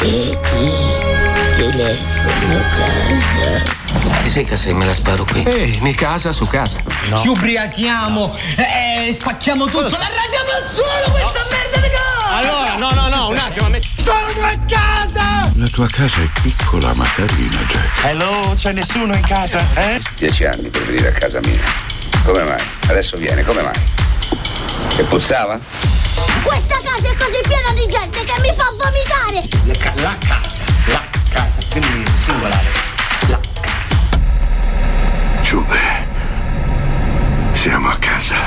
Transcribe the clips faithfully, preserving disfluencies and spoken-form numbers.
Chiedi, telefono, casa. Se sei casa me la sparo qui. Ehi, mi casa su casa. No. Ci ubriachiamo e eh, spacchiamo tutto. La radiamo al suolo questa no. merda di cosa! Allora, no, no, no, un attimo. Sono a casa! La tua casa è piccola ma carina, Jack. Hello, c'è nessuno in casa, eh? Dieci anni per venire a casa mia. Come mai? Adesso viene, come mai? Che puzzava? Questa casa è così piena di gente che mi fa vomitare! La, ca- la casa, la casa, quindi singolare. La casa. Giube, siamo a casa.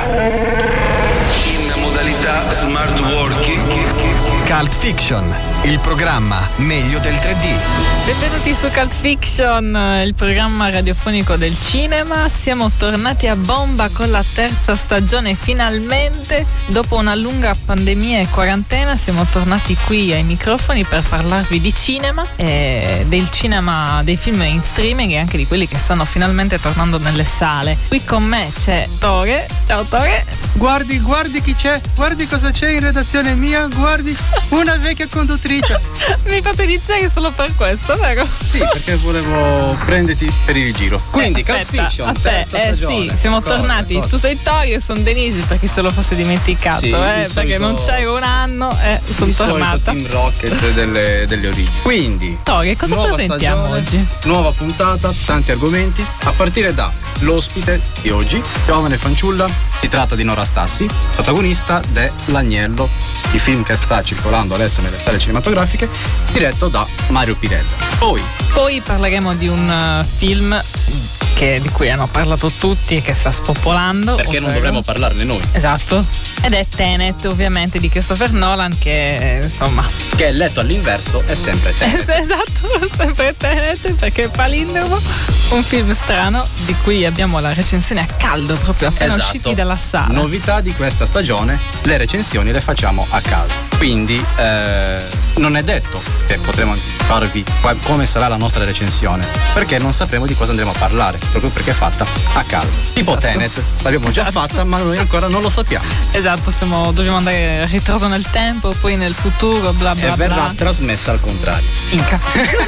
In modalità smart working. Cult Fiction, il programma meglio del tre D. Benvenuti su Cult Fiction, il programma radiofonico del cinema. Siamo tornati a bomba con la terza stagione finalmente. Dopo una lunga pandemia e quarantena siamo tornati qui ai microfoni per parlarvi di cinema, e del cinema, dei film in streaming e anche di quelli che stanno finalmente tornando nelle sale. Qui con me c'è Tore. Ciao Tore. Guardi, guardi chi c'è, guardi cosa c'è in redazione mia, guardi, una vecchia conduttrice. Mi hai fatto iniziare solo per questo, vero? Sì, perché volevo prenderti per il giro. Quindi, eh, aspetta, Cult Fiction, aspetta, eh sì, siamo cosa, tornati. Cosa? Tu sei Tori e sono Denisi, per chi se lo fosse dimenticato, sì, eh, perché solito, non c'è un anno e eh, sono tornata. Team Rocket delle, delle origini. Quindi, Tori, cosa presentiamo stagione, oggi? Nuova puntata, tanti argomenti, a partire da l'ospite di oggi, giovane fanciulla. Si tratta di Nora Stassi, protagonista de L'Agnello, il film che sta circolando adesso nelle sale cinematografiche, diretto da Mario Pirella. Poi Poi parleremo di un uh, film che, di cui hanno parlato tutti e che sta spopolando. Perché ovvero... non dovremmo parlarne noi. Esatto. Ed è Tenet, ovviamente, di Christopher Nolan, che insomma... Che è letto all'inverso è sempre Tenet. Esatto, sempre Tenet, perché è palindromo. Un film strano, di cui abbiamo la recensione a caldo, proprio appena esatto. usciti dalla sala. Novità di questa stagione, le recensioni le facciamo a caldo. Quindi eh, non è detto che potremo farvi come sarà la nostra recensione, perché non sapremo di cosa andremo a parlare, proprio perché è fatta a caldo. Tipo esatto. Tenet, l'abbiamo esatto. già fatta, ma noi ancora non lo sappiamo. Esatto, siamo, dobbiamo andare a ritroso nel tempo, poi nel futuro, bla bla bla. E verrà trasmessa al contrario. Inca.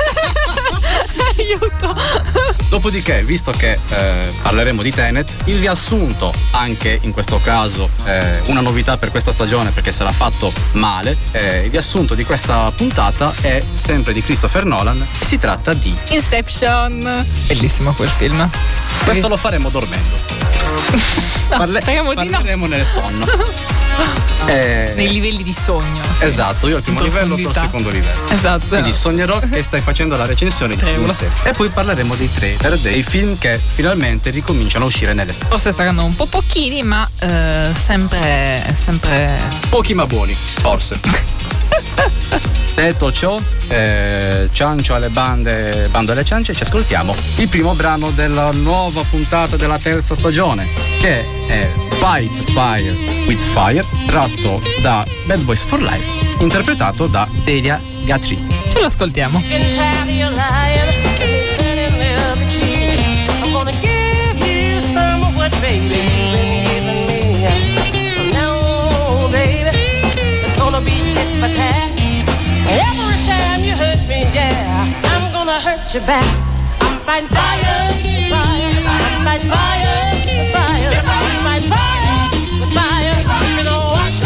Aiuto. Dopodiché, visto che eh, parleremo di Tenet, il riassunto, anche in questo caso eh, una novità per questa stagione perché sarà fatto male, eh, il riassunto di questa puntata è sempre di Christopher Nolan e si tratta di Inception. Bellissimo quel film. Questo lo faremo dormendo. No, Parle- speriamo parleremo di no. nel sonno. eh, Nei livelli di sogno. Sì. Esatto, io al primo livello, tu al secondo livello. Esatto. Quindi sognerò che stai facendo la recensione di un serie. E poi parleremo dei trailer, dei film che finalmente ricominciano a uscire nelle sale. Forse saranno un po' pochini, ma eh, sempre sempre pochi ma buoni, forse. Detto ciò, eh, ciancio alle bande, bando alle ciance, ci ascoltiamo il primo brano della nuova puntata della terza stagione, che è Fight Fire with Fire, tratto da Bad Boys for Life, interpretato da Delia Gatri. Ce lo ascoltiamo. Every time you hurt me, yeah, I'm gonna hurt you back. I'm fighting fire, fire, I'm fighting fire, fire, I'm fighting fire, fire, you know watch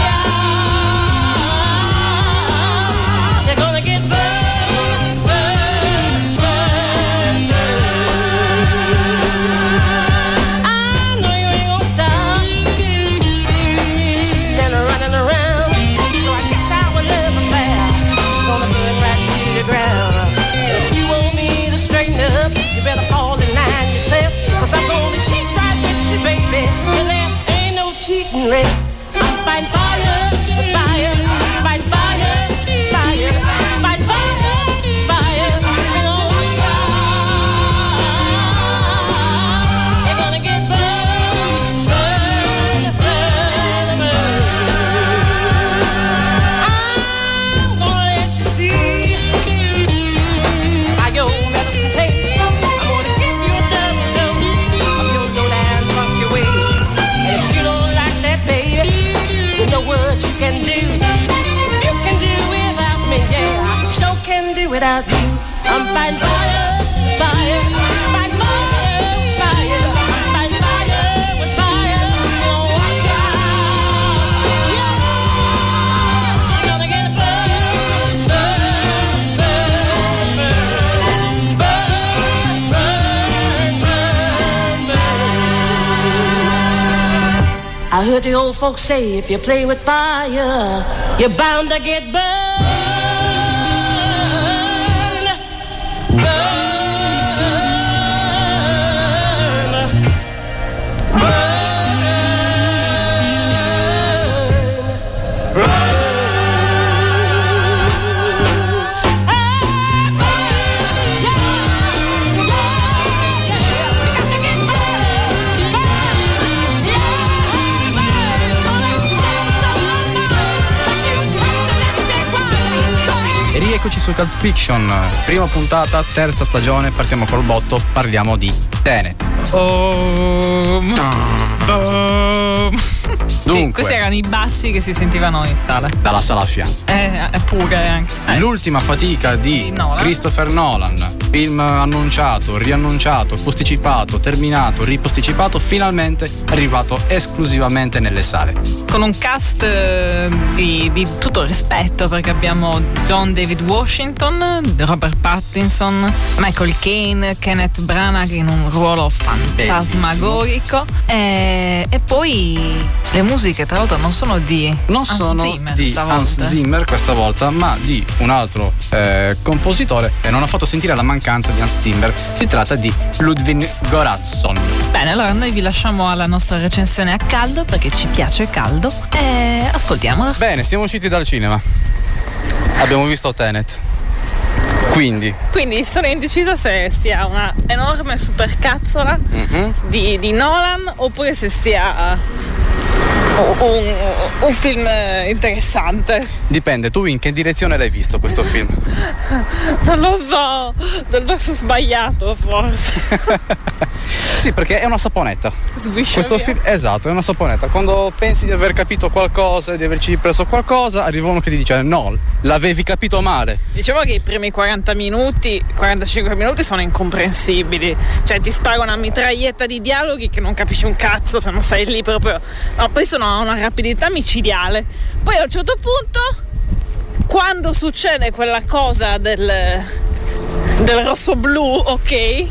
out. You're gonna get burned, burned, burned, burned. I know you ain't gonna stop cheating and running around, so I guess our love affair is gonna burn right to the ground. If you want me to straighten up, you better fall in line yourself, 'cause I'm gonna cheat right with you, baby, till there ain't without you. I'm fighting fire, fire, fighting fire, fire, fighting fire with fire. Gonna watch out, yeah. Gonna get burned, burned, burned, burned, burned, burned, burned. I heard the old folks say if you play with fire, you're bound to get burned. Eccoci su Cult Fiction, prima puntata, terza stagione, partiamo col botto, parliamo di Tenet. Oh, oh. Sì, questi erano i bassi che si sentivano in sala. Dalla sala a fianco. Eh, pure anche. Eh. L'ultima fatica sì, di Nolan. Christopher Nolan. Film annunciato, riannunciato, posticipato, terminato, riposticipato, finalmente arrivato esclusivamente nelle sale. Con un cast eh, di, di tutto rispetto, perché abbiamo John David Washington, Robert Pattinson, Michael Caine, Kenneth Branagh in un ruolo fantasmagorico e, e poi le musiche tra l'altro non sono di non Hans sono Zimmer di stavolta. Hans Zimmer questa volta, ma di un altro eh, compositore, e non ho fatto sentire la mancanza di Hans Zimmer. Si tratta di Ludwig Göransson. Bene, allora noi vi lasciamo alla nostra recensione a caldo, perché ci piace caldo, e ascoltiamola. Bene, siamo usciti dal cinema, abbiamo visto Tenet. Quindi Quindi sono indecisa se sia una enorme supercazzola mm-hmm. di, di Nolan oppure se sia un, un film interessante. Dipende, tu in che direzione l'hai visto questo film? Non lo so, dal verso sbagliato forse. Sì, perché è una saponetta. Sguiscia questo via. film, esatto, è una saponetta. Quando pensi di aver capito qualcosa, di averci preso qualcosa, arriva uno che ti dice no, l'avevi capito male. Diciamo che i primi quaranta minuti, quarantacinque minuti sono incomprensibili. Cioè ti spara una mitraglietta di dialoghi che non capisci un cazzo se non sei lì proprio. No, poi sono a una rapidità micidiale. Poi a un certo punto, quando succede quella cosa del del rosso blu, ok?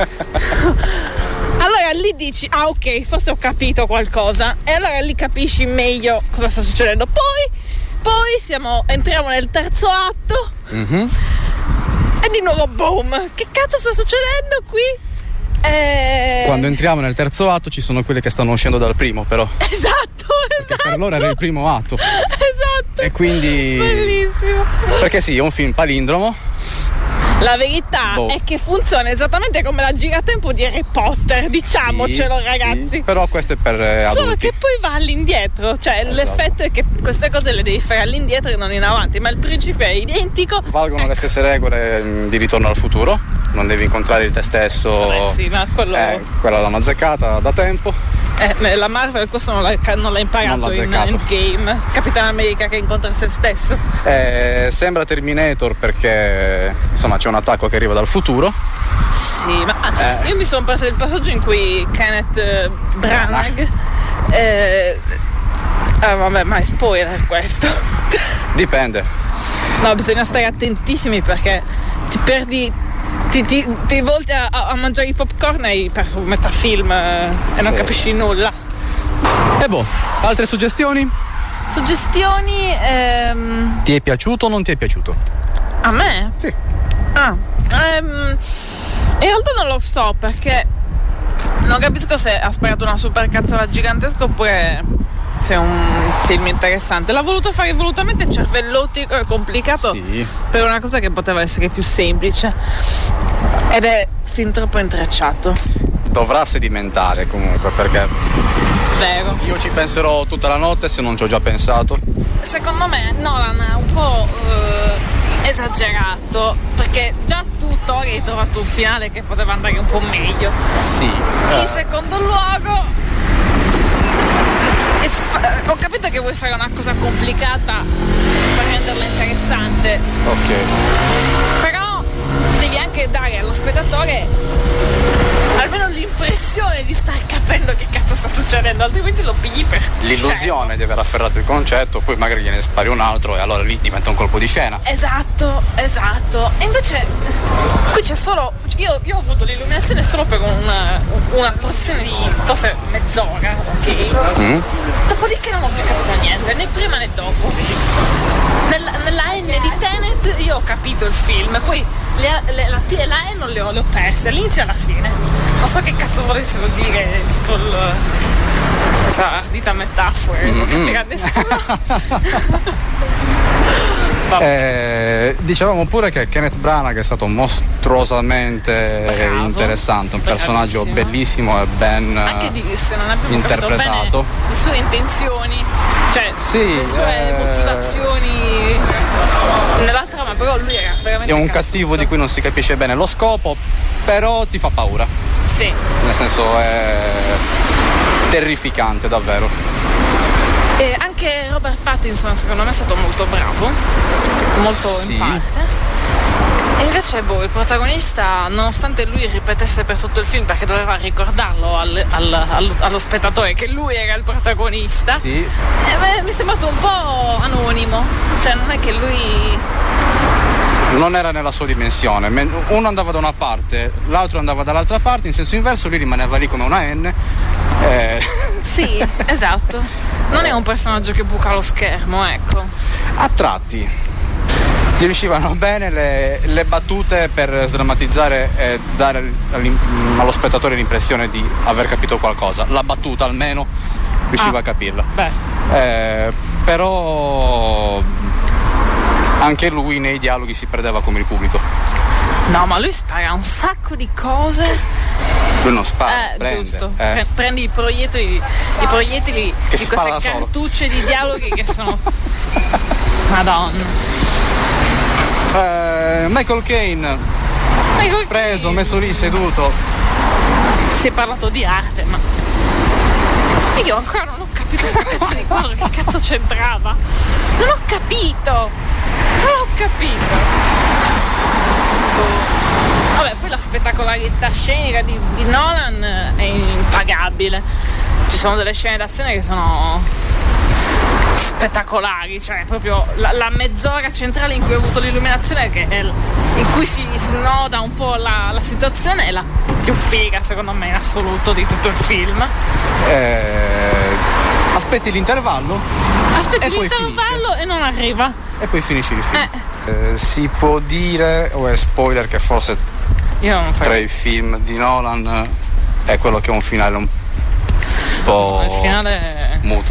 Allora lì dici ah ok, forse ho capito qualcosa, e allora lì capisci meglio cosa sta succedendo. Poi poi siamo entriamo nel terzo atto mm-hmm. e di nuovo boom, che cazzo sta succedendo qui? E... Quando entriamo nel terzo atto ci sono quelle che stanno uscendo dal primo, però esatto, perché esatto, per loro era il primo atto, esatto, e quindi bellissimo, perché sì, è un film palindromo. La verità boh. è che funziona esattamente come la giratempo di Harry Potter, diciamocelo, sì, ragazzi. Sì, però questo è per eh, adulti. Solo che poi va all'indietro, cioè esatto. L'effetto è che queste cose le devi fare all'indietro e non in avanti, ma il principio è identico. Valgono ecco. le stesse regole mh, di Ritorno al futuro, non devi incontrare te stesso. Vabbè, sì, ma quello... eh, quella l'hanno azzeccata da tempo. Eh, la Marvel questo non l'ha, non l'ha imparato non l'ha in Endgame. Capitano America che incontra se stesso. Eh, sembra Terminator perché insomma c'è un attacco che arriva dal futuro. Sì, ma eh. io mi sono perso il passaggio in cui Kenneth Branagh eh, ah, vabbè, ma è spoiler questo. Dipende. No, bisogna stare attentissimi perché ti perdi. Ti, ti, ti volti a, a mangiare i popcorn e hai perso metà film eh, e non sì. capisci nulla. E boh, altre suggestioni? Suggestioni ehm... Ti è piaciuto o non ti è piaciuto? A me? Sì. Ah, ehm, in realtà non lo so perché non capisco se ha sparato una super cazzola gigantesca oppure se è un film interessante. L'ha voluto fare volutamente cervellotico e complicato sì. per una cosa che poteva essere più semplice ed è fin troppo intrecciato. Dovrà sedimentare comunque perché vero. Io ci penserò tutta la notte se non ci ho già pensato. Secondo me Nolan ha un po' eh, esagerato perché già tu Tori hai trovato un finale che poteva andare un po' meglio. Sì. In eh. secondo luogo ho capito che vuoi fare una cosa complicata per renderla interessante. Ok. Però anche dare allo spettatore almeno l'impressione di star capendo che cazzo sta succedendo, altrimenti lo pigli per l'illusione scemo. di aver afferrato il concetto, poi magari gliene spari un altro e allora lì diventa un colpo di scena. Esatto, esatto. E invece qui c'è solo io, io ho avuto l'illuminazione solo per una, una porzione di forse mezz'ora, ok? Mm. Dopodiché non ho più capito niente, né prima né dopo. Nella, nella N di Tenet io ho capito il film, poi le, le, la T e la E non le ho, le ho perse all'inizio e alla fine. Non so che cazzo volessero dire tutto il, questa ardita metafora, mm-hmm. Non capirà nessuno. Eh, dicevamo pure che Kenneth Branagh è stato mostruosamente Bravo, interessante, un personaggio bellissimo e ben anche di, se non abbiamo interpretato bene le sue intenzioni, cioè sì, le sue eh... motivazioni nella trama, però lui era veramente è un cazzuto. Cattivo di cui non si capisce bene lo scopo, però ti fa paura. Sì. Nel senso è terrificante davvero. E anche Robert Pattinson secondo me è stato molto bravo, molto sì. in parte. E invece boh, il protagonista, nonostante lui ripetesse per tutto il film perché doveva ricordarlo al, al, al, allo spettatore che lui era il protagonista, sì. eh, beh, mi è sembrato un po' anonimo, cioè non è che lui non era nella sua dimensione, uno andava da una parte, l'altro andava dall'altra parte, in senso inverso, lui rimaneva lì come una N. Eh. Sì, esatto. Non è un personaggio che buca lo schermo, ecco. A tratti gli riuscivano bene le, le battute per sdrammatizzare e dare allo spettatore l'impressione di aver capito qualcosa. La battuta almeno riusciva ah, a capirla. Beh. Eh, però anche lui nei dialoghi si perdeva come il pubblico. No, ma lui spara un sacco di cose. Lui non spara, eh, prende, giusto. Eh. Prendi i proiettili, i proiettili che di queste cartucce di dialoghi che sono Madonna. Eh, Michael Caine Michael preso, Caine. messo lì seduto. Si è parlato di arte, ma io ancora non ho capito sta cazzo di quadro, che cazzo c'entrava? Non ho capito! Non ho capito! Vabbè, poi la spettacolarità scenica di, di Nolan è impagabile. Ci sono delle scene d'azione che sono spettacolari, cioè proprio la, la mezz'ora centrale in cui ho avuto l'illuminazione, che è l- in cui si snoda un po' la, la situazione, è la più figa secondo me in assoluto di tutto il film. Eh, aspetti l'intervallo? Aspetti e l'intervallo e non arriva. E poi finisci il film. Eh. Eh, si può dire, o è spoiler, che forse Io non tra i film di Nolan è quello che ha un finale un po' il finale muto,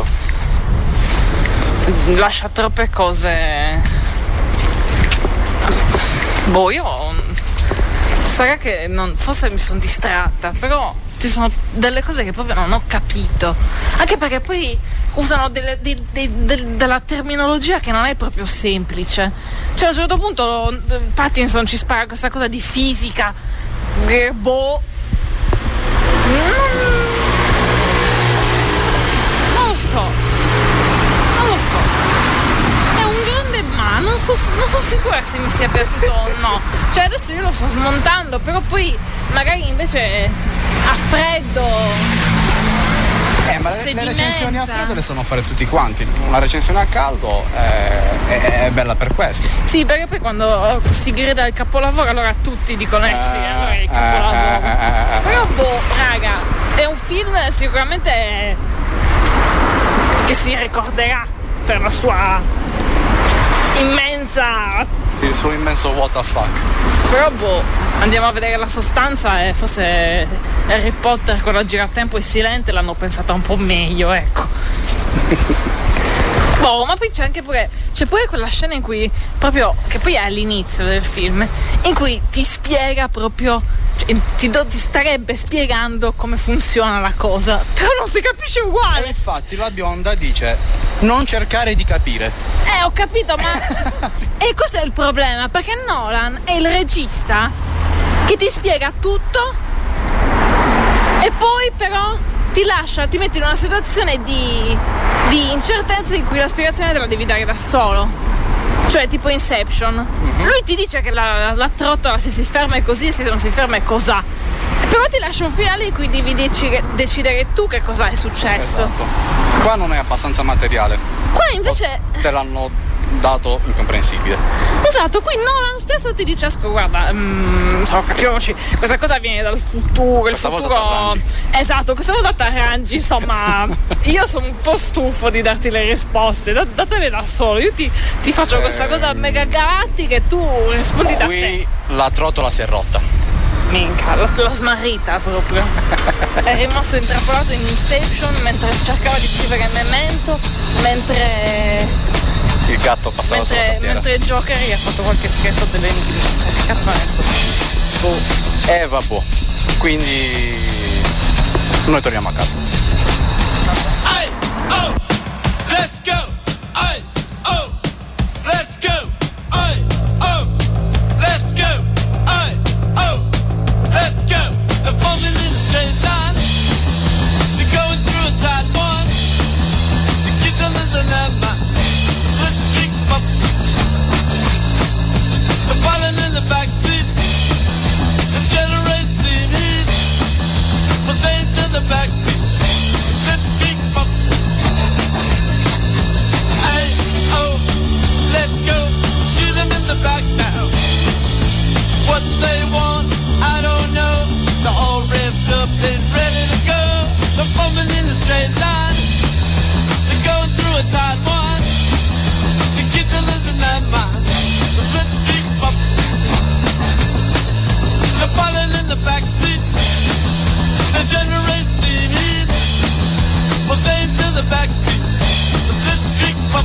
lascia troppe cose. Boh, io sarà che non, forse mi sono distratta, però ci sono delle cose che proprio non ho capito, anche perché poi usano delle, de, de, de, della terminologia che non è proprio semplice. Cioè a un certo punto Pattinson ci spara questa cosa di fisica che boh non, non lo so non lo so è un grande ma non so, non sono sicura se mi sia piaciuto o no. Cioè adesso io lo sto smontando, però poi magari invece a freddo Eh, ma le, le recensioni a freddo le sanno fare tutti quanti. Una recensione a caldo è, è, è bella per questo. Sì, perché poi quando si grida il capolavoro allora tutti dicono eh, eh sì, allora è il capolavoro. Eh, eh, eh, Però boh, raga, è un film sicuramente che si ricorderà per la sua immensa, il suo immenso what the fuck. Però boh, andiamo a vedere la sostanza e forse Harry Potter con la giratempo e silente l'hanno pensata un po' meglio, ecco. Boh, ma poi c'è anche pure c'è pure quella scena in cui proprio, che poi è all'inizio del film, in cui ti spiega proprio, cioè, ti, do, ti starebbe spiegando come funziona la cosa, però non si capisce uguale. E infatti la bionda dice non cercare di capire. Eh, ho capito, ma e questo è il problema, perché Nolan è il regista che ti spiega tutto e poi però ti lascia, ti metti in una situazione di, di incertezza in cui la spiegazione te la devi dare da solo. Cioè Cioè tipo Inception. Mm-hmm. Lui ti dice che la, la trottola se si ferma è così e se non si ferma è cos'ha. Però ti lascia un finale in cui devi dec- decidere tu che cosa è successo. Esatto. Qua non è abbastanza materiale. Qua invece te l'hanno dato incomprensibile. Esatto, qui Nolan stesso ti dice: guarda, mm, so, capiamoci, questa cosa viene dal futuro, questa il futuro. Esatto, questa volta t'arrangi, insomma. Io sono un po' stufo di darti le risposte, da- datele da solo. Io ti, ti faccio eh, questa cosa mega galattica e tu rispondi da te. Qui la trottola si è rotta. Minchia, l'ho smarrita proprio. È rimasto intrappolato in Inception mentre cercava di scrivere Memento, mentre il gatto passava mentre, sulla tastiera. mentre Joker gli ha fatto qualche scherzo dell'enigmista. Che cazzo ne so? Oh. Eh vabbè. Quindi noi torniamo a casa. Aye, oh, let's go. Aye, oh, let's go. Aye, oh, let's go. Aye, oh, let's go. They're forming in a straight line. They're going through a tight one. The kids are losing their mind. Let's drink up. They're falling in the back seat. The generation heat. But they to the back seat. Let's drink up. Hey, oh, let's go. Shoot them in the back now. What they want, I don't know. They're all revved up and ready to go. They're forming in a straight line. They're going through a tight one. The kids are losing their mind. So let's drink up. They're falling in the back seat. They generate steam heat. Well, they into the back seat. Let's drink up.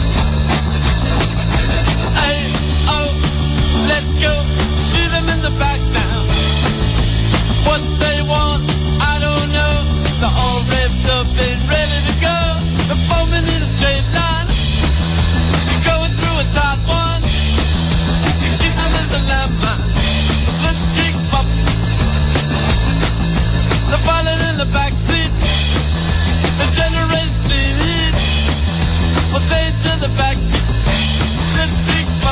Hey, oh, let's go. Shoot them in the back now. What they want, I don't know. They're all revved up and ready to go. They're forming in a straight line. They're going through a tight one. The kids are losing their mind. Let's drink up. They're falling in the back seat. The generation heat. Well, they to the back seat. Let's drink up.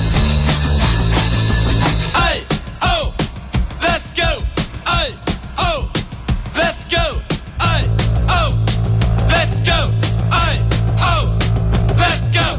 Aye, oh, let's go. Aye, oh, let's go. Aye, oh, let's go. Aye, oh, let's go.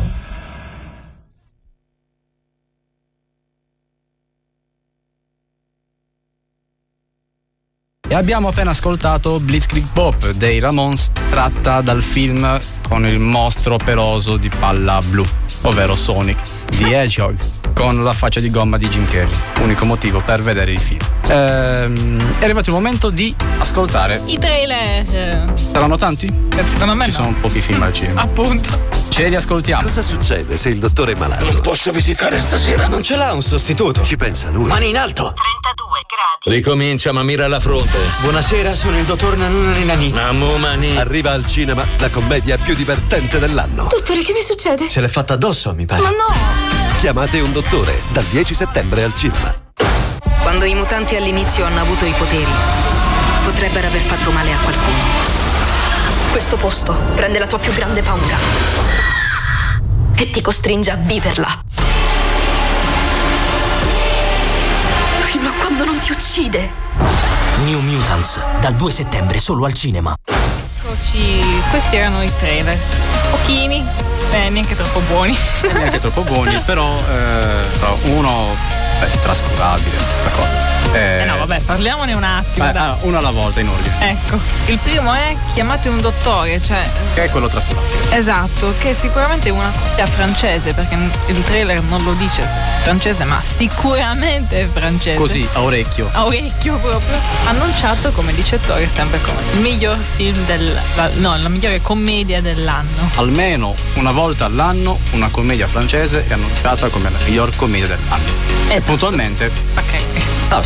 E abbiamo appena ascoltato Blitzkrieg Bop dei Ramones, tratta dal film con il mostro peloso di palla blu, ovvero Sonic the Hedgehog, con la faccia di gomma di Jim Carrey. Unico motivo per vedere il film. Ehm, è arrivato il momento di ascoltare i trailer. Saranno tanti? Secondo me ci no. sono pochi film al cinema. Appunto. Ce li ascoltiamo. Cosa succede se il dottore è malato? Non posso visitare stasera. Non ce l'ha un sostituto. Ci pensa lui. Mani in alto. trentadue gradi. Ricomincia, ma mira la fronte. Buonasera, sono il dottor Nanuna Ninani. Namo mani. Arriva al cinema la commedia più divertente dell'anno. Dottore, che mi succede? Se l'è fatta addosso, mi pare. Ma no! Chiamate un dottore dal dieci settembre al cinema. Quando i mutanti all'inizio hanno avuto i poteri, potrebbero aver fatto male a qualcuno. Questo posto prende la tua più grande paura e ti costringe a viverla. Fino a quando non ti uccide. New Mutants, dal due settembre solo al cinema. Eccoci, questi erano i trailer. Pochini, eh, neanche troppo buoni. Neanche troppo buoni, però, eh, però uno beh, trascurabile, d'accordo. Eh, eh no, vabbè, parliamone un attimo. Beh, ah, uno alla volta in ordine. Ecco, il primo è Chiamate un dottore, cioè. Che è quello trascurabile. Esatto, che è sicuramente una coppia francese, perché il trailer non lo dice francese, ma sicuramente è francese. Così, a orecchio. A orecchio proprio. Annunciato, come dice Ettore, sempre come il miglior film del. La, no, la migliore commedia dell'anno. Almeno una volta all'anno una commedia francese è annunciata come la miglior commedia dell'anno. Esatto. E puntualmente. Ok. Vabbè.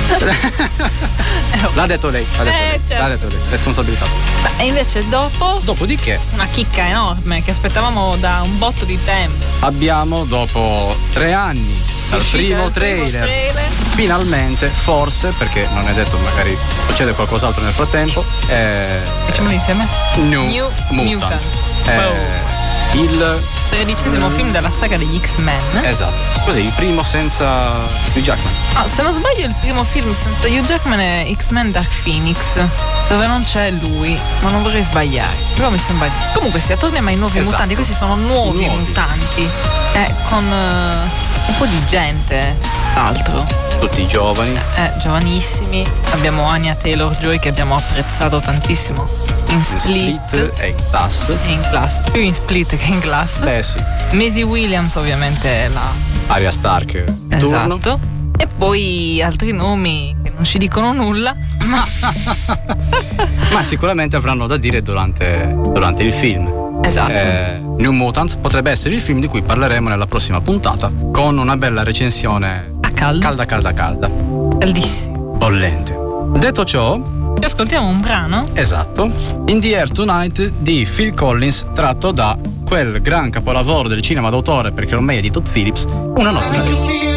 L'ha detto lei, l'ha detto, eh, lei, certo. l'ha detto lei, responsabilità. E invece dopo. Dopodiché. Una chicca enorme che aspettavamo da un botto di tempo. Abbiamo, dopo tre anni dal primo trailer, primo trailer, finalmente, forse, perché non è detto, magari succede qualcos'altro nel frattempo. Eh, Diciamolo insieme. New, New Mutants. Mutants. Eh, oh. il tredicesimo film della saga degli X-Men. Esatto. Cos'è il primo senza Hugh Jackman? Ah, se non sbaglio il primo film senza Hugh Jackman è X-Men Dark Phoenix, dove non c'è lui, ma non vorrei sbagliare. Però mi sembra. Comunque sia, torniamo ai nuovi esatto. mutanti. Questi sono nuovi, nuovi. mutanti. Eh, con uh, un po' di gente, altro. Tutti giovani. Eh, giovanissimi. Abbiamo Anya Taylor-Joy che abbiamo apprezzato tantissimo in Split, Split e in Class. E in Class. Più in Split che in Class. Beh sì. Maisie Williams ovviamente è la Arya Stark. Esatto. Turno. E poi altri nomi che non ci dicono nulla, ma ma sicuramente avranno da dire durante, durante il film. Esatto. Eh, New Mutants potrebbe essere il film di cui parleremo nella prossima puntata, con una bella recensione a caldo. calda calda calda caldissimo, bollente. Detto ciò, ci ascoltiamo un brano. Esatto. In the Air Tonight di Phil Collins, tratto da quel gran capolavoro del cinema d'autore, perché ormai è di Todd Phillips, Una notte.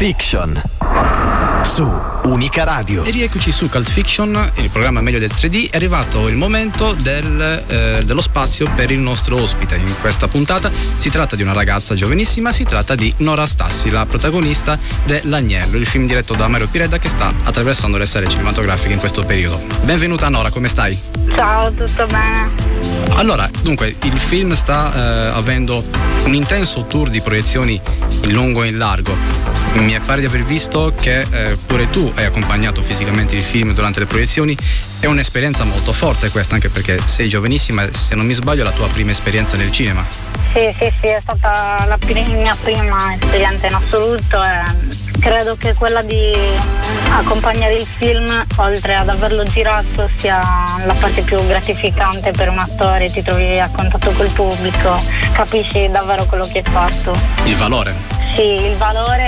Fiction su Unica Radio. E rieccoci su Cult Fiction, il programma meglio del tre D. È arrivato il momento del, eh, dello spazio per il nostro ospite. In questa puntata si tratta di una ragazza giovanissima, si tratta di Nora Stassi, la protagonista dell'Agnello, il film diretto da Mario Piredda che sta attraversando le sale cinematografiche in questo periodo. Benvenuta Nora, come stai? Ciao, tutto bene? Allora, dunque, il film sta eh, avendo un intenso tour di proiezioni in lungo e in largo. Mi pare di aver visto che eh, pure tu hai accompagnato fisicamente il film durante le proiezioni. È un'esperienza molto forte questa, anche perché sei giovanissima e, se non mi sbaglio, è la tua prima esperienza nel cinema. Sì, sì, sì, è stata la mia prima esperienza in assoluto e credo che quella di accompagnare il film, oltre ad averlo girato, sia la parte più gratificante per un attore. Ti trovi a contatto col pubblico, capisci davvero quello che hai fatto. Il valore. Sì, il valore e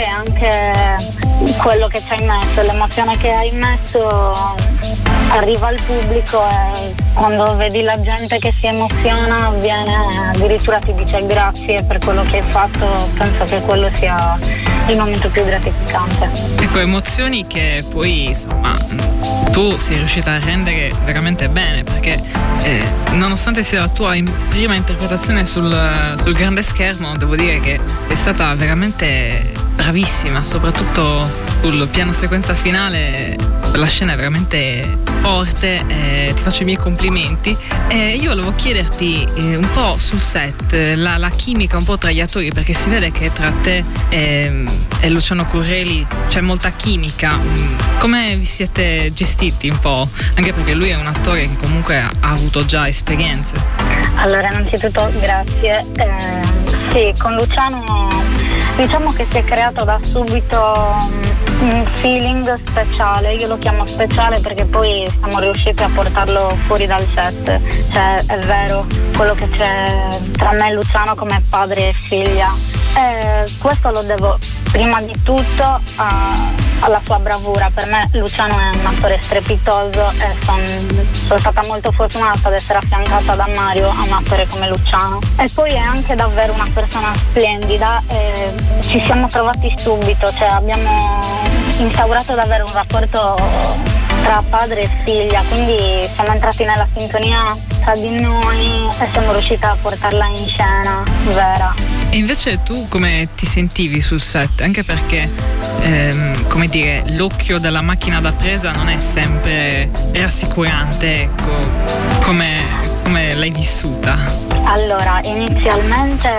anche quello che ci hai messo, l'emozione che hai messo arriva al pubblico e quando vedi la gente che si emoziona viene, addirittura ti dice grazie per quello che hai fatto. Penso che quello sia il momento più gratificante. Ecco, emozioni che poi insomma tu sei riuscita a rendere veramente bene, perché eh, nonostante sia la tua in prima interpretazione sul, sul grande schermo, devo dire che è stata veramente bravissima, soprattutto sul piano sequenza finale. La scena è veramente forte, eh, ti faccio i miei complimenti. Eh, io volevo chiederti eh, un po' sul set, la, la chimica un po' tra gli attori, perché si vede che tra te e, e Luciano Currelli c'è molta chimica. Come vi siete gestiti un po'? Anche perché lui è un attore che comunque ha, ha avuto già esperienze. Allora, innanzitutto grazie. Eh, sì, con Luciano diciamo che si è creato da subito un feeling speciale. Io lo chiamo speciale perché poi siamo riusciti a portarlo fuori dal set. Cioè, è vero quello che c'è tra me e Luciano come padre e figlia. E questo lo devo prima di tutto a, alla sua bravura. Per me Luciano è un attore strepitoso e son, sono stata molto fortunata ad essere affiancata da Mario a un attore come Luciano. E poi è anche davvero una persona splendida e ci siamo trovati subito, cioè abbiamo instaurato davvero un rapporto tra padre e figlia, quindi siamo entrati nella sintonia tra di noi e siamo riusciti a portarla in scena vera. E invece tu come ti sentivi sul set? Anche perché ehm, come dire, l'occhio della macchina da presa non è sempre rassicurante, ecco, come, come l'hai vissuta? Allora, inizialmente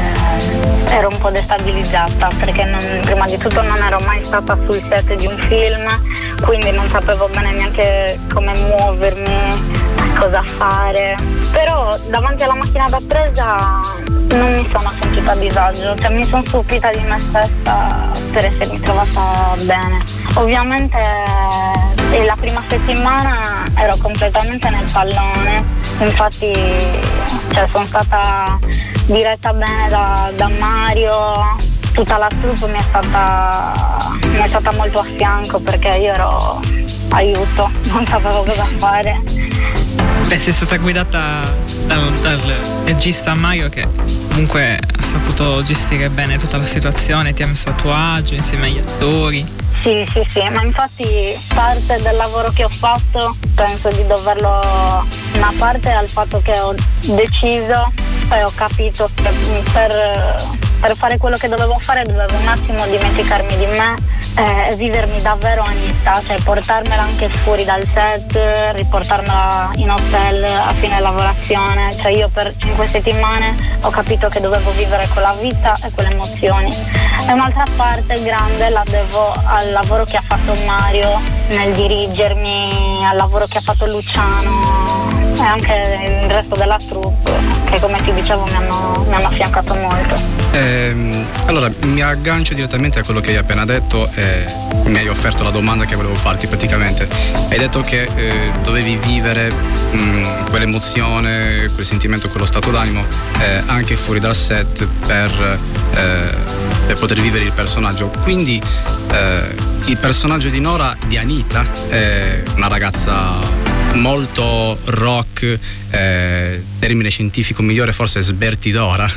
ero un po' destabilizzata perché non, prima di tutto non ero mai stata sul set di un film, quindi non sapevo bene neanche come muovermi, cosa fare. Però davanti alla macchina da presa non mi sono sentita a disagio, cioè mi sono stupita di me stessa per essermi trovata bene. Ovviamente eh, la prima settimana ero completamente nel pallone, infatti cioè, sono stata diretta bene da, da Mario, tutta la troupe mi è stata mi è stata molto a fianco perché io ero aiuto, non sapevo cosa fare. Beh, sei stata guidata dal, dal regista Mario che comunque ha saputo gestire bene tutta la situazione, ti ha messo a tuo agio insieme agli attori. Sì, sì, sì, ma infatti parte del lavoro che ho fatto penso di doverlo, una parte è al fatto che ho deciso e ho capito che per, per fare quello che dovevo fare dovevo un attimo dimenticarmi di me e vivermi davvero ogni sta, cioè portarmela anche fuori dal set, riportarmela in hotel a fine lavorazione. Cioè io per cinque settimane ho capito che dovevo vivere quella vita e quelle emozioni. E un'altra parte grande la devo al lavoro che ha fatto Mario nel dirigermi, al lavoro che ha fatto Luciano e anche il resto della troupe che, come ti dicevo, mi hanno, mi hanno affiancato molto. Ehm, allora mi aggancio direttamente a quello che hai appena detto e mi hai offerto la domanda che volevo farti praticamente. Hai detto che eh, dovevi vivere mh, quell'emozione, quel sentimento, quello stato d'animo eh, anche fuori dal set per, eh, per poter vivere il personaggio. Quindi eh, il personaggio di Nora, di Anita, è una ragazza molto rock, eh, termine scientifico migliore forse è sbertidora,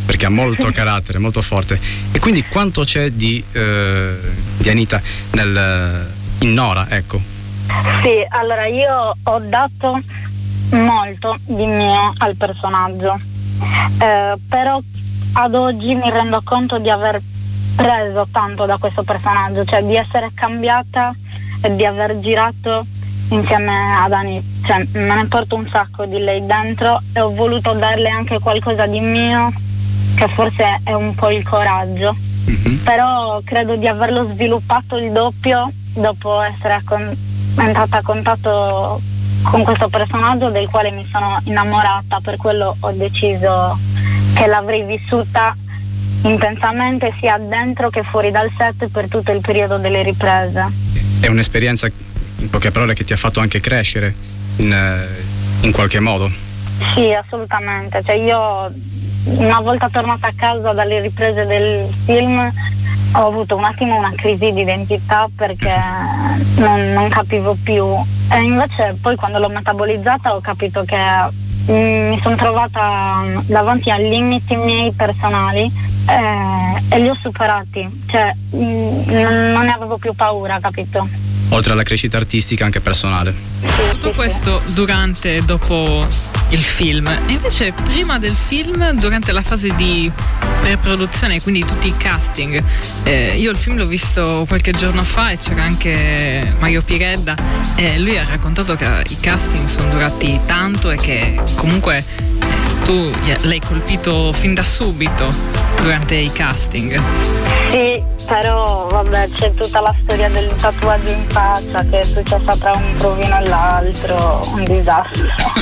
perché ha molto carattere, molto forte. E quindi quanto c'è di, eh, di Anita nel, in Nora, ecco? Sì, allora io ho dato molto di mio al personaggio, eh, però ad oggi mi rendo conto di aver preso tanto da questo personaggio, cioè di essere cambiata e di aver girato insieme ad Anita, cioè me ne porto un sacco di lei dentro e ho voluto darle anche qualcosa di mio, che forse è un po' il coraggio, mm-hmm. però credo di averlo sviluppato il doppio dopo essere con- entrata a contatto con questo personaggio del quale mi sono innamorata, per quello ho deciso che l'avrei vissuta intensamente sia dentro che fuori dal set per tutto il periodo delle riprese. È un'esperienza, in poche parole, che ti ha fatto anche crescere in, in qualche modo? Sì, assolutamente, cioè io una volta tornata a casa dalle riprese del film ho avuto un attimo una crisi di identità perché non, non capivo più, e invece poi quando l'ho metabolizzata ho capito che mh, mi sono trovata davanti a limiti miei personali eh, e li ho superati, cioè mh, non, non ne avevo più paura, capito? Oltre alla crescita artistica anche personale. Tutto questo durante e dopo il film, e invece prima del film, durante la fase di preproduzione, quindi tutti i casting, eh, io il film l'ho visto qualche giorno fa e c'era anche Mario Piredda e lui ha raccontato che i casting sono durati tanto e che comunque eh, tu l'hai colpito fin da subito durante i casting. Sì, però vabbè, c'è tutta la storia del tatuaggio in faccia che è successa tra un provino e l'altro, un disastro.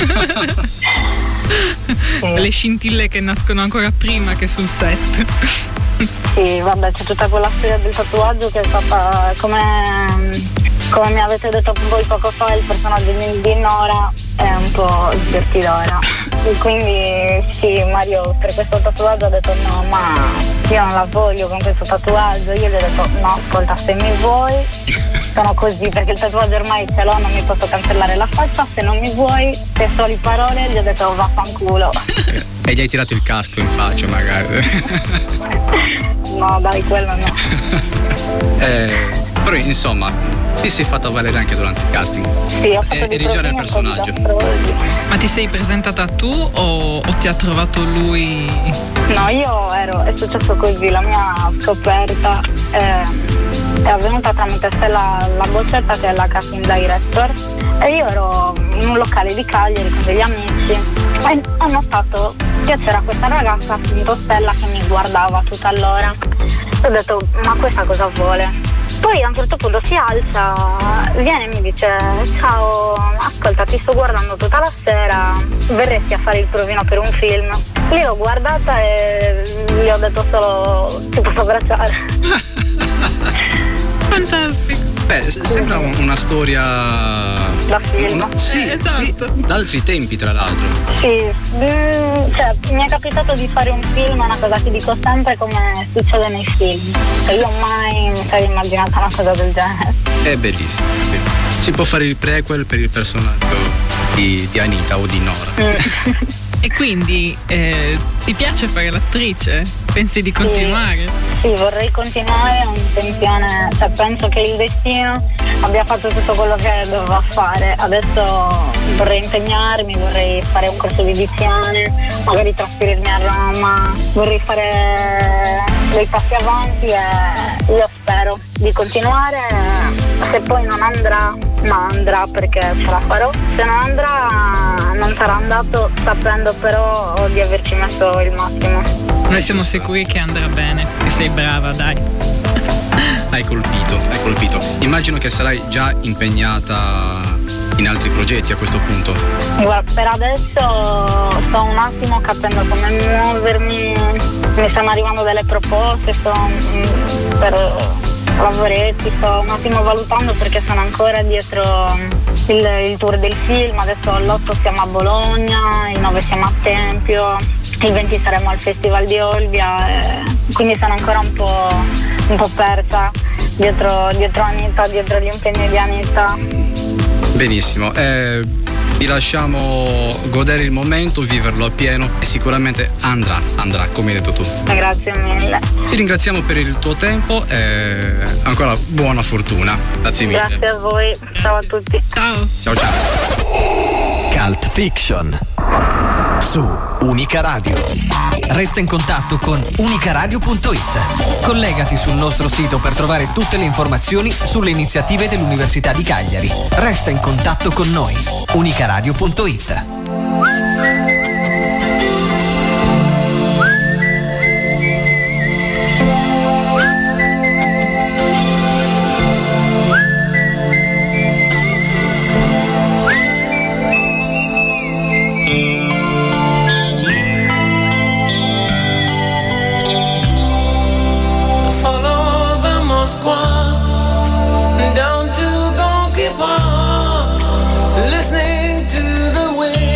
Sì. Le scintille che nascono ancora prima che sul set. Sì, vabbè, c'è tutta quella storia del tatuaggio che è stata, come, come mi avete detto voi poco fa, il personaggio di Nora è un po' svertidora. E quindi sì, Mario per questo tatuaggio ha detto no, ma io non la voglio con questo tatuaggio. Io gli ho detto no, ascolta, se mi vuoi sono così, perché il tatuaggio ormai ce l'ho, non mi posso cancellare la faccia, se non mi vuoi, testuali parole, gli ho detto oh, vaffanculo. E gli hai tirato il casco in faccia magari? No dai, quello no. eh, però insomma ti sei fatta valere anche durante il casting. Sì, ho fatto e, eri già nel personaggio. Ma ti sei presentata tu o, o ti ha trovato lui? No, io ero, è successo così, la mia scoperta è, è avvenuta tramite Stella La Boccetta, che è la casting director, e io ero in un locale di Cagliari con degli amici e ho notato che c'era questa ragazza, appunto Stella, che mi guardava tutta l'ora. Ho detto ma questa cosa vuole? Poi a un certo punto si alza, viene e mi dice ciao, ascolta, ti sto guardando tutta la sera, verresti a fare il provino per un film? Lì l'ho guardata e gli ho detto solo ti posso abbracciare. Fantastico. Beh, sembra una storia da film. Una, sì, eh, esatto. Sì, d'altri tempi tra l'altro. Sì, mm, cioè mi è capitato di fare un film, è una cosa che dico sempre come succede nei film. Cioè, io mai mi sarei immaginata una cosa del genere. È bellissimo. Si può fare il prequel per il personaggio di, di Anita o di Nora. Mm. E quindi eh, ti piace fare l'attrice? Pensi di continuare? Sì, sì, vorrei continuare, ho intenzione, cioè penso che il destino abbia fatto tutto quello che doveva fare. Adesso vorrei impegnarmi, vorrei fare un corso di edizione, magari trasferirmi a Roma, vorrei fare dei passi avanti e io spero di continuare. Se poi non andrà, ma andrà perché ce la farò. Se non andrà, non sarà andato, sapendo però di averci messo il massimo. Noi siamo sicuri che andrà bene, che sei brava, dai. Hai colpito, hai colpito. Immagino che sarai già impegnata in altri progetti a questo punto. Guarda, per adesso sto un attimo capendo come muovermi, mi stanno arrivando delle proposte, sto per lavoretti, sto un attimo valutando perché sono ancora dietro il, il tour del film. Adesso all'otto siamo a Bologna, il nove siamo a Tempio, il venti saremo al Festival di Olbia, e quindi sono ancora un po', un po' persa dietro, dietro Anita, dietro gli impegni di Anita. Benissimo, eh, Vi lasciamo godere il momento, viverlo appieno e sicuramente andrà, andrà, come hai detto tu. Grazie mille. Ti ringraziamo per il tuo tempo e ancora buona fortuna. Grazie mille. Grazie a voi. Ciao a tutti. Ciao. Ciao ciao. Cult Fiction su Unica Radio. Resta in contatto con unicaradio punto it. Collegati sul nostro sito per trovare tutte le informazioni sulle iniziative dell'Università di Cagliari. Resta in contatto con noi. unicaradio punto it. Down to Gonky Park, listening to the wind.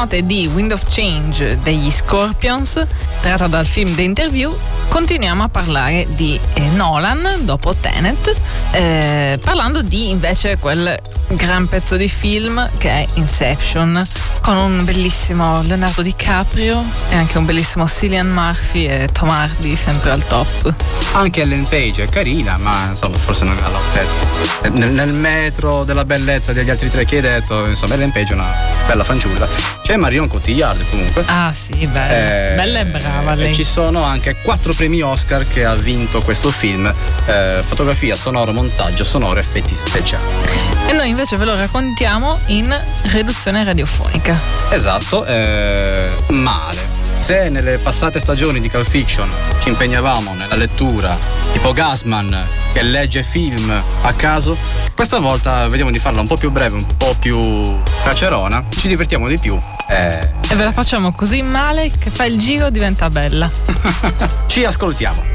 note di Wind of Change degli Scorpions, tratta dal film The Interview, continuiamo a parlare di eh, Nolan dopo Tenet, eh, parlando di invece quel gran pezzo di film che è Inception, con un bellissimo Leonardo DiCaprio e anche un bellissimo Cillian Murphy e Tom Hardy sempre al top. Anche Ellen Page è carina, ma insomma forse non è all'altezza. Nel, nel metro della bellezza degli altri tre che hai detto, insomma Ellen Page è una bella fanciulla. C'è Marion Cotillard comunque. Ah sì, bella, eh, bella e brava lei. E ci sono anche quattro premi Oscar che ha vinto questo film, eh, fotografia, sonoro, montaggio, sonoro, effetti speciali. E noi invece ve lo raccontiamo in riduzione radiofonica. Esatto, eh, male. Se nelle passate stagioni di Cult Fiction ci impegnavamo nella lettura tipo Gassman che legge film a caso, questa volta vediamo di farla un po' più breve, un po' più cacerona, ci divertiamo di più. Eh... E ve la facciamo così male che fa il giro diventa bella. Ci ascoltiamo.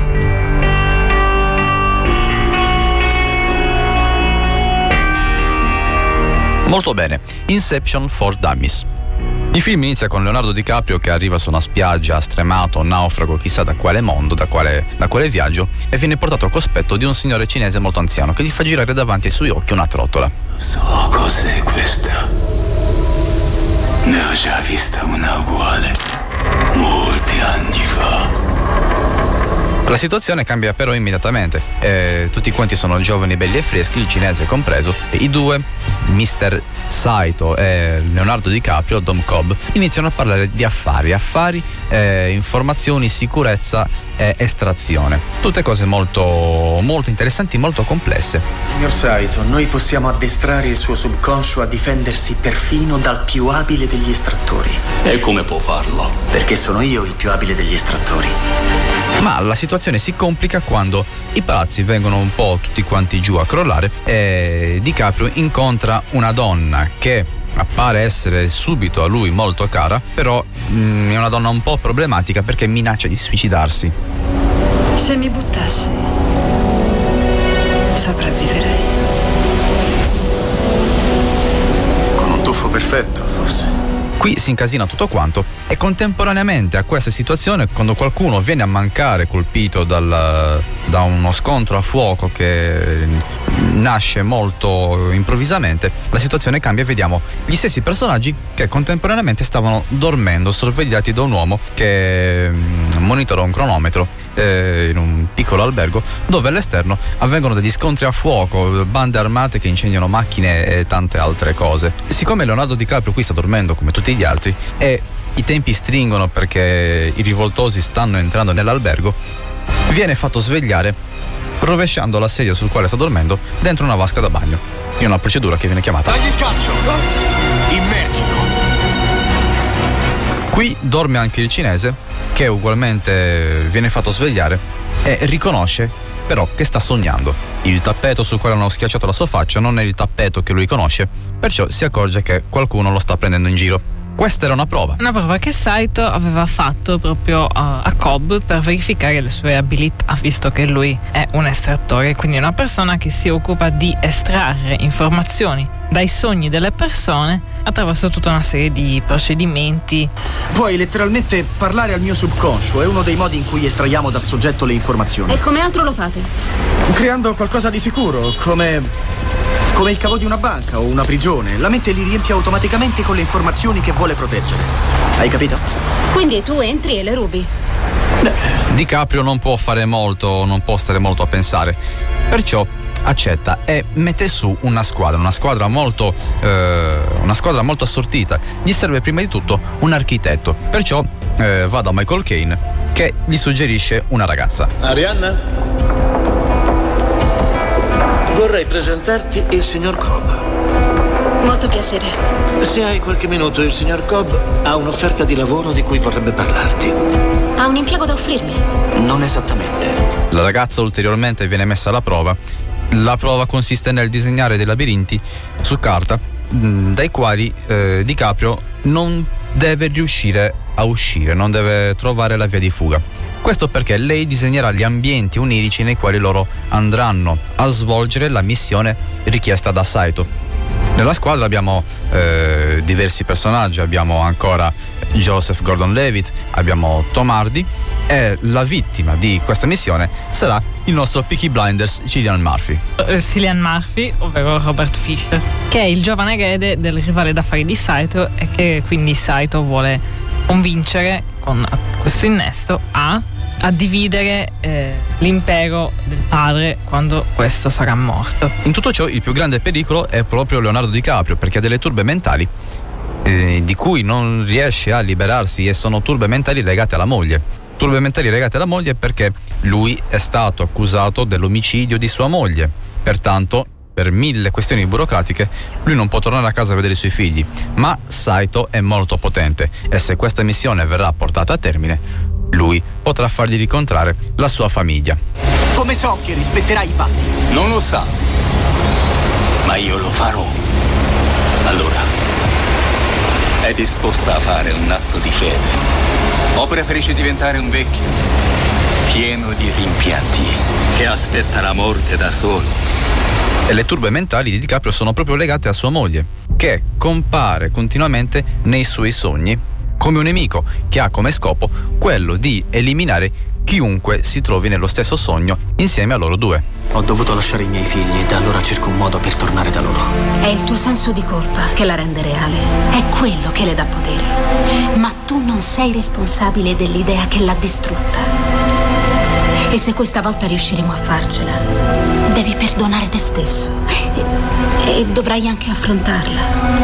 Molto bene, Inception for Dummies. Il film inizia con Leonardo DiCaprio che arriva su una spiaggia stremato, naufrago, chissà da quale mondo, da quale, da quale viaggio, e viene portato al cospetto di un signore cinese molto anziano che gli fa girare davanti ai suoi occhi una trottola. So cos'è questa. Ne ho già vista una uguale molti anni fa. La situazione cambia però immediatamente. Eh, tutti quanti sono giovani, belli e freschi, il cinese compreso, e i due, mister Saito e Leonardo DiCaprio, Dom Cobb, iniziano a parlare di affari, affari, eh, informazioni, sicurezza e estrazione. Tutte cose molto, molto interessanti, molto complesse. Signor Saito, noi possiamo addestrare il suo subconscio a difendersi perfino dal più abile degli estrattori. E come può farlo? Perché sono io il più abile degli estrattori. Ma la situazione si complica quando i palazzi vengono un po' tutti quanti giù a crollare e DiCaprio incontra una donna che appare essere subito a lui molto cara, però mh, è una donna un po' problematica perché minaccia di suicidarsi. Se mi buttassi, sopravviverei. Con un tuffo perfetto, forse. Qui si incasina tutto quanto e contemporaneamente a questa situazione, quando qualcuno viene a mancare colpito dal, da uno scontro a fuoco che nasce molto improvvisamente, la situazione cambia e vediamo gli stessi personaggi che contemporaneamente stavano dormendo, sorvegliati da un uomo che monitora un cronometro eh, in un piccolo albergo dove all'esterno avvengono degli scontri a fuoco, bande armate che incendiano macchine e tante altre cose. Siccome Leonardo DiCaprio qui sta dormendo come tutti gli altri e i tempi stringono perché i rivoltosi stanno entrando nell'albergo, viene fatto svegliare rovesciando la sedia sul quale sta dormendo dentro una vasca da bagno, in una procedura che viene chiamata Dagli il calcio, immergilo. Qui dorme anche il cinese che ugualmente viene fatto svegliare e riconosce però che sta sognando. Il tappeto sul quale hanno schiacciato la sua faccia non è il tappeto che lui conosce, perciò si accorge che qualcuno lo sta prendendo in giro. Questa era una prova. Una prova che Saito aveva fatto proprio uh, a Cobb per verificare le sue abilità, visto che lui è un estrattore, quindi una persona che si occupa di estrarre informazioni dai sogni delle persone attraverso tutta una serie di procedimenti. Puoi letteralmente parlare al mio subconscio, è uno dei modi in cui estraiamo dal soggetto le informazioni. E come altro lo fate? Creando qualcosa di sicuro, come... come il cavo di una banca o una prigione. La mente li riempie automaticamente con le informazioni che vuole proteggere. Hai capito? Quindi tu entri e le rubi. DiCaprio non può fare molto, non può stare molto a pensare, perciò accetta e mette su una squadra, una squadra molto eh, una squadra molto assortita. Gli serve prima di tutto un architetto, perciò eh, va da Michael Caine che gli suggerisce una ragazza. Arianna? Vorrei presentarti il signor Cobb. Molto piacere. Se hai qualche minuto, il signor Cobb ha un'offerta di lavoro di cui vorrebbe parlarti. Ha un impiego da offrirmi? Non esattamente. La ragazza ulteriormente viene messa alla prova. La prova consiste nel disegnare dei labirinti su carta dai quali eh, DiCaprio non deve riuscire a uscire, non deve trovare la via di fuga. Questo perché lei disegnerà gli ambienti onirici nei quali loro andranno a svolgere la missione richiesta da Saito. Nella squadra abbiamo eh, diversi personaggi, abbiamo ancora Joseph Gordon-Levitt, abbiamo Tom Hardy e la vittima di questa missione sarà il nostro Peaky Blinders Cillian Murphy. Uh, Cillian Murphy, ovvero Robert Fisher, che è il giovane erede del rivale d'affari di Saito e che quindi Saito vuole convincere con questo innesto a, a dividere eh, l'impero del padre quando questo sarà morto. In tutto ciò il più grande pericolo è proprio Leonardo DiCaprio, perché ha delle turbe mentali eh, di cui non riesce a liberarsi, e sono turbe mentali legate alla moglie. Turbe mentali legate alla moglie perché lui è stato accusato dell'omicidio di sua moglie, pertanto per mille questioni burocratiche lui non può tornare a casa a vedere i suoi figli, ma Saito è molto potente e se questa missione verrà portata a termine lui potrà fargli rincontrare la sua famiglia. Come so che rispetterai i patti? Non lo sa, ma io lo farò. Allora, è disposta a fare un atto di fede? O preferisci diventare un vecchio, pieno di rimpianti, che aspetta la morte da solo? E le turbe mentali di DiCaprio sono proprio legate a sua moglie, che compare continuamente nei suoi sogni come un nemico che ha come scopo quello di eliminare chiunque si trovi nello stesso sogno insieme a loro due. Ho dovuto lasciare i miei figli e da allora cerco un modo per tornare da loro. È il tuo senso di colpa che la rende reale. È quello che le dà potere. Ma tu non sei responsabile dell'idea che l'ha distrutta. E se questa volta riusciremo a farcela, devi perdonare te stesso. E, e dovrai anche affrontarla.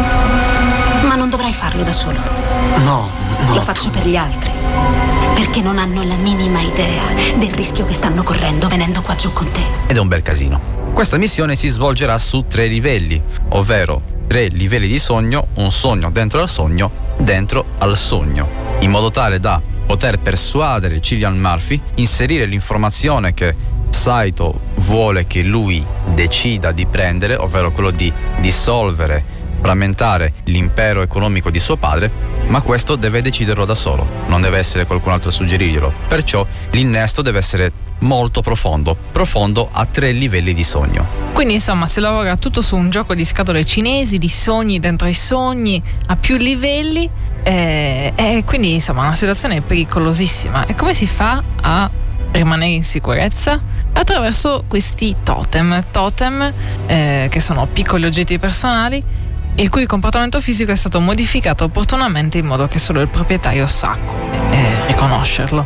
Ma non dovrai farlo da solo. No, no. Lo faccio per gli altri. Perché non hanno la minima idea del rischio che stanno correndo venendo qua giù con te. Ed è un bel casino. Questa missione si svolgerà su tre livelli, ovvero tre livelli di sogno, un sogno dentro al sogno, dentro al sogno, in modo tale da poter persuadere Cillian Murphy, inserire l'informazione che Saito vuole che lui decida di prendere, ovvero quello di dissolvere, frammentare l'impero economico di suo padre, ma questo deve deciderlo da solo, non deve essere qualcun altro a suggerirglielo. Perciò l'innesto deve essere molto profondo, profondo a tre livelli di sogno. Quindi insomma si lavora tutto su un gioco di scatole cinesi, di sogni dentro i sogni, a più livelli, e, e quindi insomma una situazione pericolosissima. E come si fa a rimanere in sicurezza? Attraverso questi totem, totem eh, che sono piccoli oggetti personali il cui comportamento fisico è stato modificato opportunamente in modo che solo il proprietario sa come eh, riconoscerlo.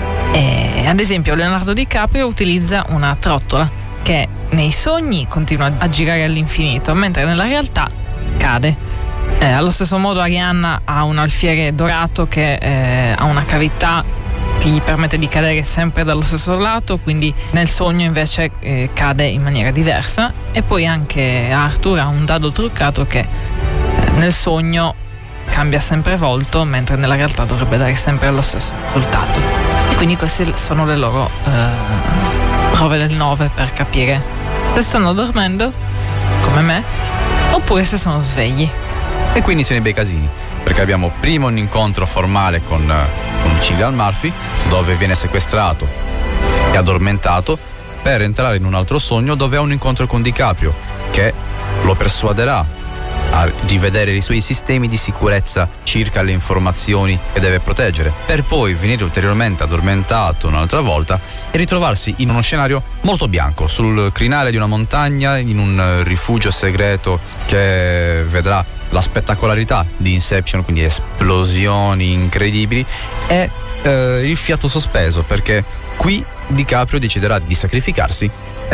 E, ad esempio Leonardo DiCaprio utilizza una trottola che nei sogni continua a girare all'infinito, mentre nella realtà cade. Eh, allo stesso modo Arianna ha un alfiere dorato che eh, ha una cavità che gli permette di cadere sempre dallo stesso lato, quindi nel sogno invece eh, cade in maniera diversa. E poi anche Arthur ha un dado truccato che eh, nel sogno cambia sempre volto, mentre nella realtà dovrebbe dare sempre lo stesso risultato. E quindi queste sono le loro eh, prove del nove per capire se stanno dormendo come me oppure se sono svegli. E quindi sono i bei casini, perché abbiamo prima un incontro formale con, con Cillian Murphy, dove viene sequestrato e addormentato, per entrare in un altro sogno dove ha un incontro con DiCaprio, che lo persuaderà a rivedere i suoi sistemi di sicurezza circa le informazioni che deve proteggere, per poi venire ulteriormente addormentato un'altra volta e ritrovarsi in uno scenario molto bianco, sul crinale di una montagna, in un rifugio segreto che vedrà la spettacolarità di Inception, quindi esplosioni incredibili e eh, il fiato sospeso, perché qui DiCaprio deciderà di sacrificarsi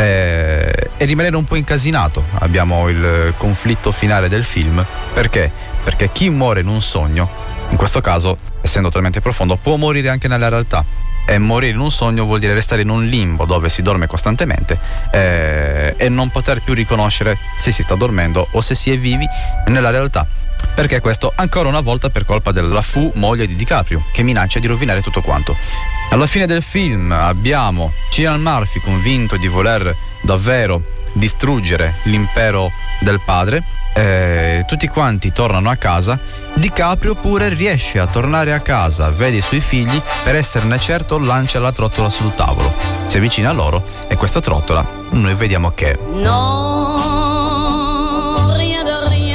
e, e rimanere un po' incasinato. Abbiamo il conflitto finale del film, perché? Perché chi muore in un sogno, in questo caso essendo talmente profondo, può morire anche nella realtà. E morire in un sogno vuol dire restare in un limbo dove si dorme costantemente eh, e non poter più riconoscere se si sta dormendo o se si è vivi nella realtà. Perché questo ancora una volta per colpa della Fu, moglie di DiCaprio, che minaccia di rovinare tutto quanto. Alla fine del film abbiamo Cillian Murphy convinto di voler davvero distruggere l'impero del padre. Eh, tutti quanti tornano a casa. DiCaprio pure riesce a tornare a casa, vede i suoi figli, per esserne certo lancia la trottola sul tavolo, si avvicina a loro e questa trottola noi vediamo che non rien de rien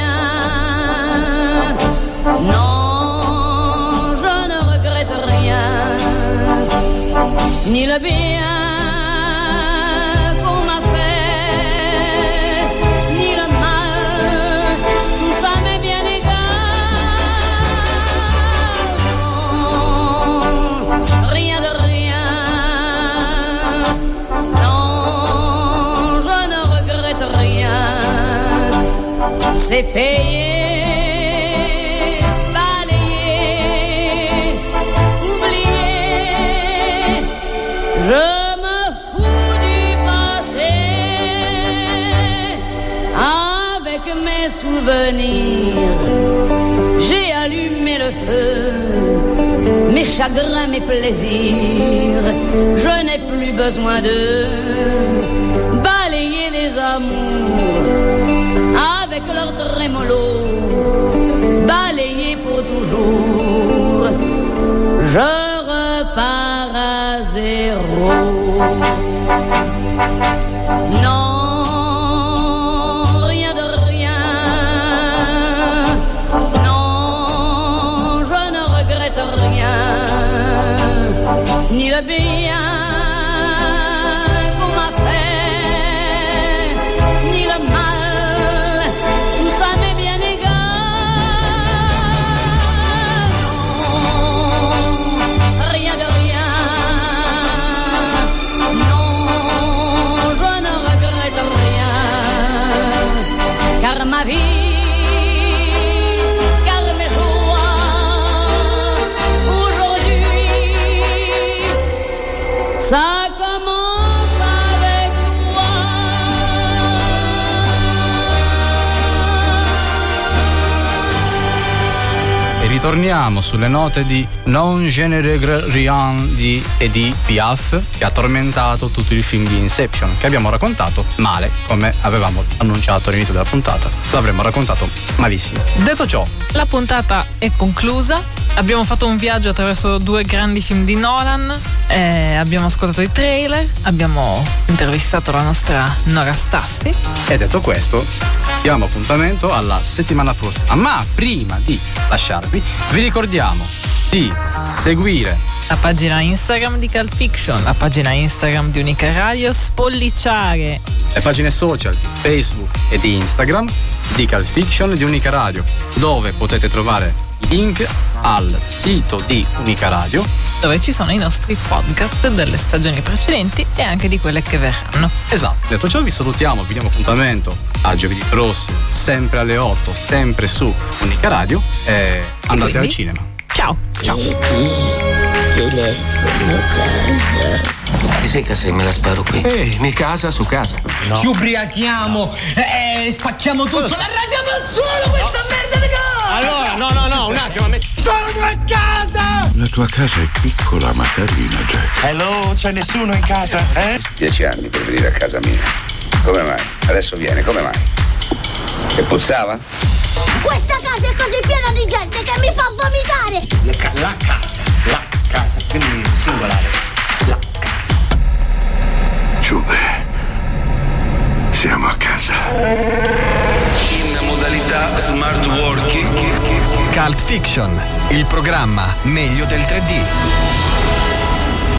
ni le bien qu'on m'a fait, ni le mal, tout ça m'est bien égal. Non, rien de rien, non, je ne regrette rien, c'est payé. Je me fous du passé, avec mes souvenirs, j'ai allumé le feu, mes chagrins, mes plaisirs, je n'ai plus besoin de balayer les amours, avec leur trémolo, balayer pour toujours, je repars à zéro. Non, rien de rien. Non, je ne regrette rien. Ni le bien qu'on m'a fait, ni le mal, tout ça m'est bien égal. Non, rien de rien. Car ma vie, car mes joies, aujourd'hui, ça commence avec toi. E ritorniamo sulle note di Non je ne regrette rien di Edith Piaf, che ha tormentato tutto il film di Inception, che abbiamo raccontato male, come avevamo annunciato all'inizio della puntata. L'avremmo raccontato malissimo. Detto ciò, la puntata è conclusa. Abbiamo fatto un viaggio attraverso due grandi film di Nolan, eh, abbiamo ascoltato i trailer, abbiamo intervistato la nostra Nora Stassi. E detto questo, diamo appuntamento alla settimana prossima. Ma prima di lasciarvi, vi ricordiamo di seguire la pagina Instagram di Cult Fiction, la pagina Instagram di Unica Radio, spolliciare le pagine social di Facebook e di Instagram di Cult Fiction e di Unica Radio, dove potete trovare i link al sito di Unica Radio, dove ci sono i nostri podcast delle stagioni precedenti e anche di quelle che verranno. Esatto, detto ciò vi salutiamo, vi diamo appuntamento a giovedì prossimo, sempre alle otto, sempre su Unica Radio, e andate quindi, al cinema. Ciao. Ciao. Telefono casa. Ti sei casa e me la sparo qui? Ehi, mi casa su casa. No. Ci ubriachiamo e eh, spacchiamo tutto. La radiamo al suolo questa no. merda di casa! Allora, no, no, no, un attimo. Me... Sono a casa! La tua casa è piccola ma carina, Jack. Hello, c'è nessuno in casa, eh? Dieci anni per venire a casa mia. Come mai? Adesso viene, come mai? Che puzzava? Questa casa è così piena di gente che mi fa vomitare! La, ca- la casa, la casa, quindi singolare, la casa. Giube, siamo a casa. In modalità smart working. Cult Fiction, il programma meglio del tre D.